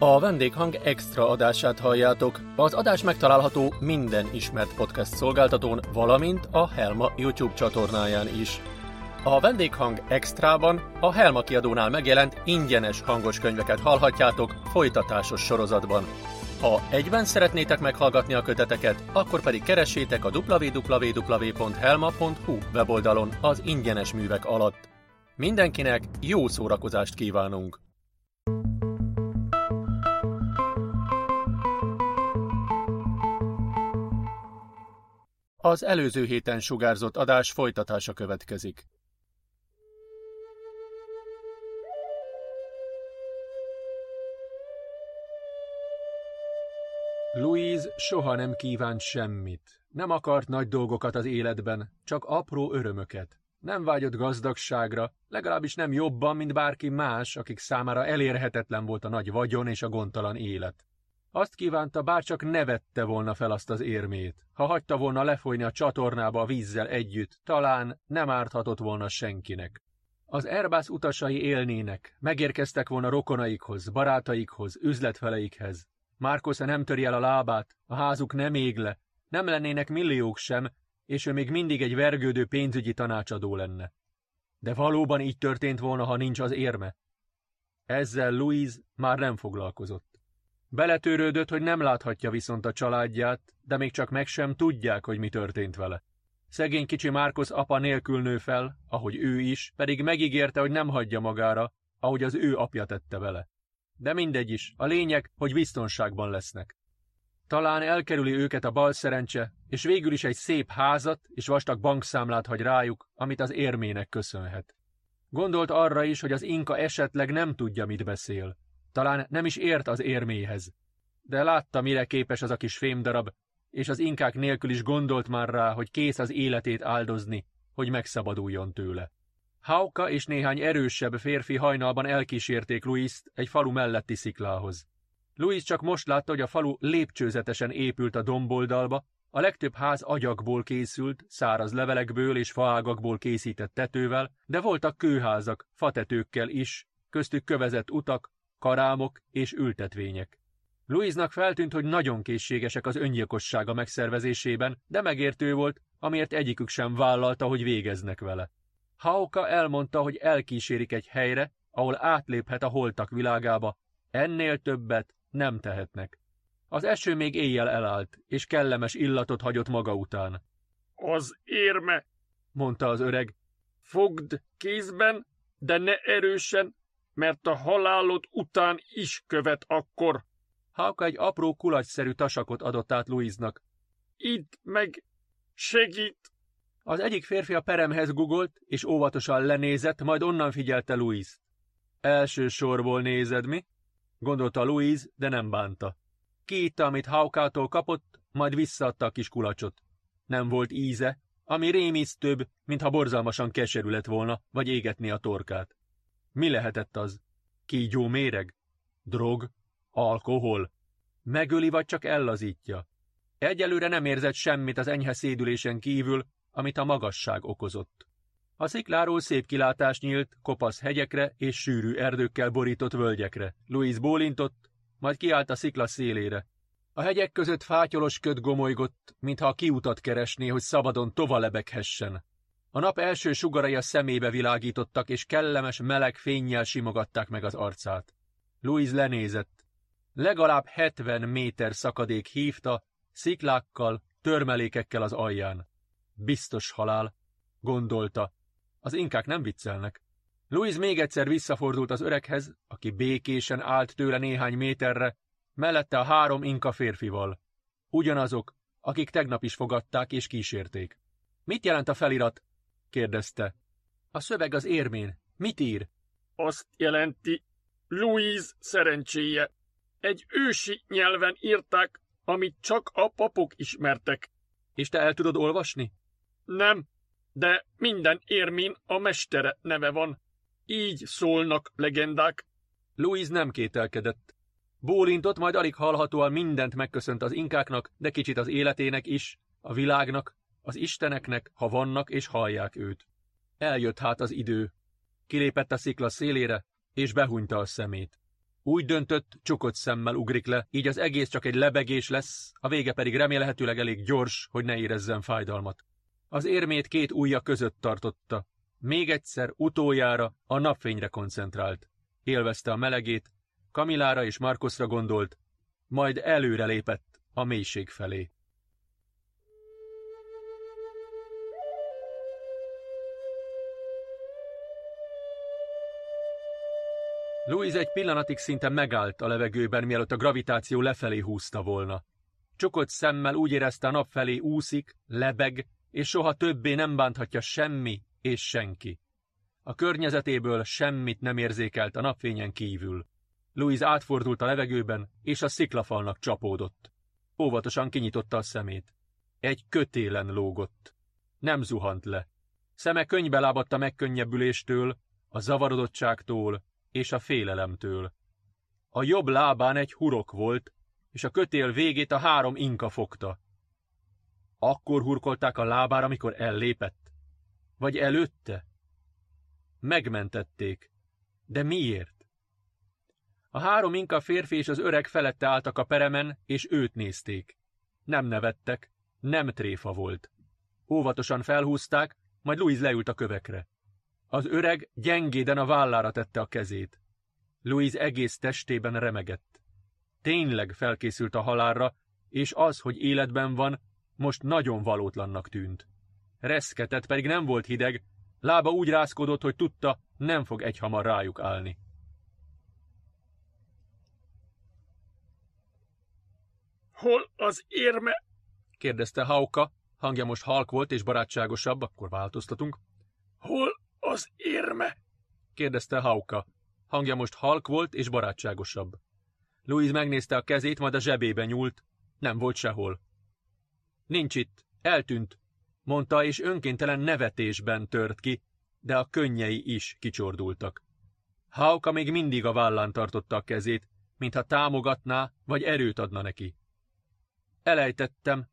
A vendéghang extra adását halljátok. Az adás megtalálható minden ismert podcast szolgáltatón, valamint a Helma YouTube csatornáján is. A vendéghang extrában a Helma kiadónál megjelent ingyenes hangos könyveket hallhatjátok folytatásos sorozatban. Ha egyben szeretnétek meghallgatni a köteteket, akkor pedig keressétek a www.helma.hu weboldalon az ingyenes művek alatt. Mindenkinek jó szórakozást kívánunk! Az előző héten sugárzott adás folytatása következik. Louise soha nem kívánt semmit. Nem akart nagy dolgokat az életben, csak apró örömöket. Nem vágyott gazdagságra, legalábbis nem jobban, mint bárki más, akik számára elérhetetlen volt a nagy vagyon és a gondtalan élet. Azt kívánta, bárcsak ne vette volna fel azt az érmét. Ha hagyta volna lefolyni a csatornába a vízzel együtt, talán nem árthatott volna senkinek. Az Airbus utasai élnének, megérkeztek volna rokonaikhoz, barátaikhoz, üzletfeleikhez. Marcose nem töri el a lábát, a házuk nem ég le, nem lennének milliók sem, és ő még mindig egy vergődő pénzügyi tanácsadó lenne. De valóban így történt volna, ha nincs az érme? Ezzel Louise már nem foglalkozott. Beletörődött, hogy nem láthatja viszont a családját, de még csak meg sem tudják, hogy mi történt vele. Szegény kicsi Marcose apa nélkül nő fel, ahogy ő is, pedig megígérte, hogy nem hagyja magára, ahogy az ő apja tette vele. De mindegy is, a lényeg, hogy biztonságban lesznek. Talán elkerüli őket a balszerencse, és végül is egy szép házat és vastag bankszámlát hagy rájuk, amit az érmének köszönhet. Gondolt arra is, hogy az inka esetleg nem tudja, mit beszél. Talán nem is ért az érméhez. De látta, mire képes az a kis fémdarab, és az inkák nélkül is gondolt már rá, hogy kész az életét áldozni, hogy megszabaduljon tőle. Hauka és néhány erősebb férfi hajnalban elkísérték Louist egy falu melletti sziklához. Louise csak most látta, hogy a falu lépcsőzetesen épült a domboldalba, a legtöbb ház agyagból készült, száraz levelekből és faágakból készített tetővel, de voltak kőházak, fatetőkkel is, köztük kövezett utak, karámok és ültetvények. Louise-nak feltűnt, hogy nagyon készségesek az öngyilkossága megszervezésében, de megértő volt, amiért egyikük sem vállalta, hogy végeznek vele. Hauka elmondta, hogy elkísérik egy helyre, ahol átléphet a holtak világába, ennél többet nem tehetnek. Az eső még éjjel elállt, és kellemes illatot hagyott maga után. Az érme, mondta az öreg. Fogd kézben, de ne erősen, mert a halálod után is követ akkor. Hauka egy apró kulacsszerű tasakot adott át Louise-nak. Itt meg segít! Az egyik férfi a peremhez gugolt, és óvatosan lenézett, majd onnan figyelte Louise-t. Első sorból nézed, mi? Gondolta Louise, de nem bánta. Kiitta, amit Haukától kapott, majd visszaadta a kis kulacsot. Nem volt íze, ami rémisztőbb, mintha borzalmasan keserű lett volna, vagy égetné a torkát. Mi lehetett az? Kígyó méreg? Drog? Alkohol? Megöli, vagy csak ellazítja? Egyelőre nem érzett semmit az enyhe szédülésen kívül, amit a magasság okozott. A szikláról szép kilátás nyílt, kopasz hegyekre és sűrű erdőkkel borított völgyekre. Louise bólintott, majd kiállt a szikla szélére. A hegyek között fátyolos köd gomolygott, mintha a kiutat keresné, hogy szabadon tovalebeghessen. A nap első sugarai a szemébe világítottak, és kellemes, meleg fénnyel simogatták meg az arcát. Louise lenézett. Legalább 70 méter szakadék hívta, sziklákkal, törmelékekkel az alján. Biztos halál, gondolta. Az inkák nem viccelnek. Louise még egyszer visszafordult az öreghez, aki békésen állt tőle néhány méterre, mellette a 3 inka férfival. Ugyanazok, akik tegnap is fogadták és kísérték. Mit jelent a felirat? Kérdezte. A szöveg az érmén. Mit ír? Azt jelenti, Louise szerencséje. Egy ősi nyelven írták, amit csak a papok ismertek. És te el tudod olvasni? Nem, de minden érmén a mestere neve van. Így szólnak legendák. Louise nem kételkedett. Bólintott, majd alig hallhatóan mindent megköszönt az inkáknak, de kicsit az életének is, a világnak, az isteneknek, ha vannak és hallják őt. Eljött hát az idő. Kilépett a szikla szélére, és behunyta a szemét. Úgy döntött, csukott szemmel ugrik le, így az egész csak egy lebegés lesz, a vége pedig remélhetőleg elég gyors, hogy ne érezzen fájdalmat. Az érmét két ujja között tartotta. Még egyszer, utoljára a napfényre koncentrált. Élvezte a melegét, Camillára és Marcosra gondolt, majd előre lépett a mélység felé. Louise egy pillanatig szinte megállt a levegőben, mielőtt a gravitáció lefelé húzta volna. Csukott szemmel úgy érezte, a nap felé úszik, lebeg, és soha többé nem bánthatja semmi és senki. A környezetéből semmit nem érzékelt a napfényen kívül. Louise átfordult a levegőben, és a sziklafalnak csapódott. Óvatosan kinyitotta a szemét. Egy kötélen lógott. Nem zuhant le. Szeme könnybe lábadt a megkönnyebbüléstől, a zavarodottságtól és a félelemtől. A jobb lábán egy hurok volt, és a kötél végét a 3 inka fogta. Akkor hurkolták a lábára, amikor ellépett? Vagy előtte? Megmentették. De miért? A 3 inka férfi és az öreg felette álltak a peremen, és őt nézték. Nem nevettek, nem tréfa volt. Óvatosan felhúzták, majd Louise leült a kövekre. Az öreg gyengéden a vállára tette a kezét. Louise egész testében remegett. Tényleg felkészült a halálra, és az, hogy életben van, most nagyon valótlannak tűnt. Reszketett, pedig nem volt hideg, lába úgy rázkodott, hogy tudta, nem fog egyhamar rájuk állni. Hol az érme? Kérdezte Hauka, hangja most halk volt és barátságosabb, akkor változtatunk. Hol az érme? Kérdezte Hauka, hangja most halk volt és barátságosabb. Louise megnézte a kezét, majd a zsebébe nyúlt, nem volt sehol. Nincs itt, eltűnt, mondta, és önkéntelen nevetésben tört ki, de a könnyei is kicsordultak. Hauka még mindig a vállán tartotta a kezét, mintha támogatná, vagy erőt adna neki. Elejtettem.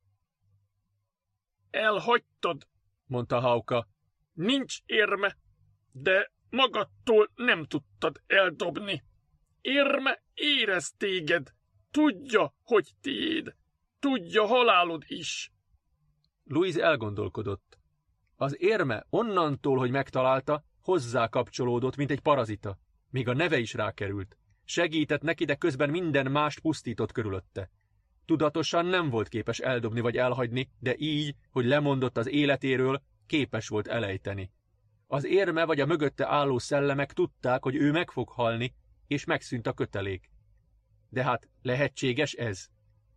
Elhagytad, mondta Hauka. Nincs érme, de magadtól nem tudtad eldobni. Érme érez téged, tudja, hogy tiéd, tudja halálod is. Louise elgondolkodott. Az érme onnantól, hogy megtalálta, hozzá kapcsolódott, mint egy parazita. Még a neve is rákerült. Segített neki, de közben minden mást pusztított körülötte. Tudatosan nem volt képes eldobni vagy elhagyni, de így, hogy lemondott az életéről, képes volt elejteni. Az érme vagy a mögötte álló szellemek tudták, hogy ő meg fog halni, és megszűnt a kötelék. De hát lehetséges ez?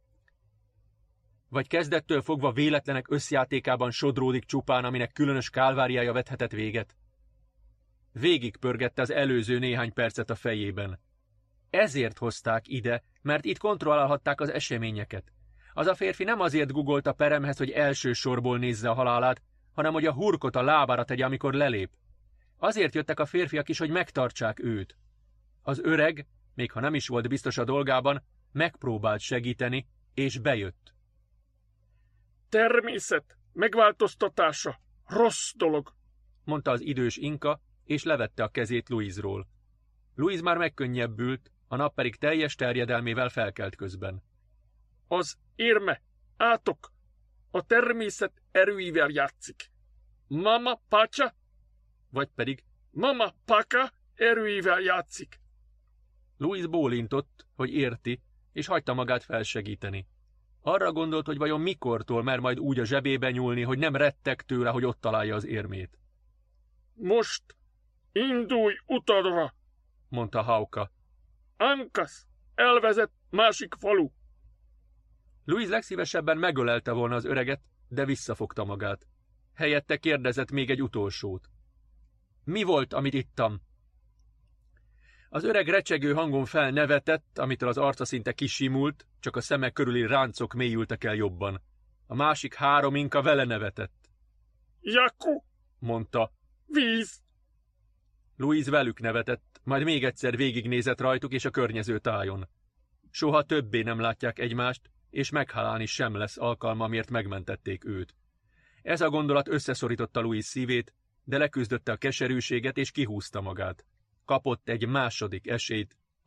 Vagy kezdettől fogva véletlenek összjátékában sodródik csupán, aminek különös kálváriája vethetett véget? Végigpörgette az előző néhány percet a fejében. Ezért hozták ide, mert itt kontrollálhatták az eseményeket. Az a férfi nem azért gugolt a peremhez, hogy első sorból nézze a halálát, hanem hogy a hurkot a lábára tegye, amikor lelép. Azért jöttek a férfiak is, hogy megtartsák őt. Az öreg, még ha nem is volt biztos a dolgában, megpróbált segíteni, és bejött. Természet megváltoztatása rossz dolog, mondta az idős inka, és levette a kezét Louise-ról. Louise már megkönnyebbült, a nap pedig teljes terjedelmével felkelt közben. Az érme, átok, a természet erőivel játszik. Mama Pacha, vagy pedig Mama Paka erőivel játszik. Louise bólintott, hogy érti, és hagyta magát felsegíteni. Arra gondolt, hogy vajon mikortól mer majd úgy a zsebébe nyúlni, hogy nem retteg tőle, hogy ott találja az érmét. Most indulj utadra, mondta Hauka. Ankas elvezet másik falu. Louise legszívesebben megölelte volna az öreget, de visszafogta magát. Helyette kérdezett még egy utolsót. Mi volt, amit ittam? Az öreg recsegő hangon felnevetett, amitől az arca szinte kisimult, csak a szemek körüli ráncok mélyültek el jobban. A másik 3 inka vele nevetett. Jaku, mondta. Víz. Louise velük nevetett, majd még egyszer végignézett rajtuk és a környező tájon. Soha többé nem látják egymást, és meghalálni sem lesz alkalma, miért megmentették őt. Ez a gondolat összeszorította Louise szívét, de leküzdötte a keserűséget és kihúzta magát. Kapott egy második esélyt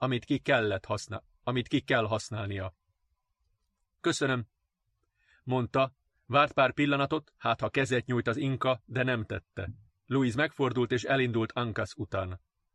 amit ki kell használnia. Köszönöm, mondta, várt pár pillanatot, hát ha kezet nyújt az inka, de nem tette. Louise megfordult és elindult Uncas után.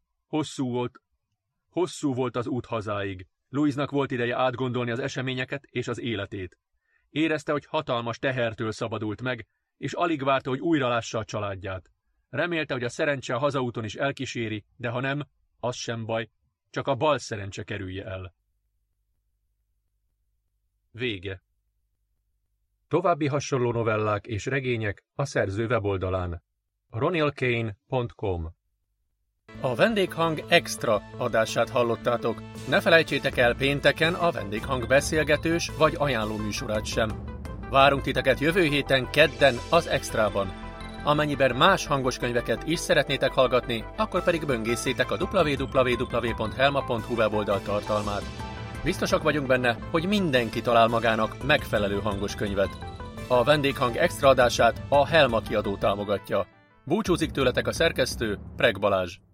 Hosszú volt az út hazáig. Louise-nak volt ideje átgondolni az eseményeket és az életét. Érezte, hogy hatalmas tehertől szabadult meg, és alig várta, hogy újra lássa a családját. Remélte, hogy a szerencse a hazaúton is elkíséri, de ha nem, az sem baj, csak a bal szerencse kerülje el. Vége. További hasonló novellák és regények a szerző weboldalán. ronilkane.com. A Vendéghang Extra adását hallottátok. Ne felejtsétek el pénteken a Vendéghang beszélgetős vagy ajánló műsorát sem. Várunk titeket jövő héten kedden az Extrában. Amennyiben más hangos könyveket is szeretnétek hallgatni, akkor pedig böngészétek a www.helma.hu weboldal tartalmát. Biztosak vagyunk benne, hogy mindenki talál magának megfelelő hangos könyvet. A Vendéghang Extra adását a Helma kiadó támogatja. Búcsúzik tőletek a szerkesztő, Preg Balázs.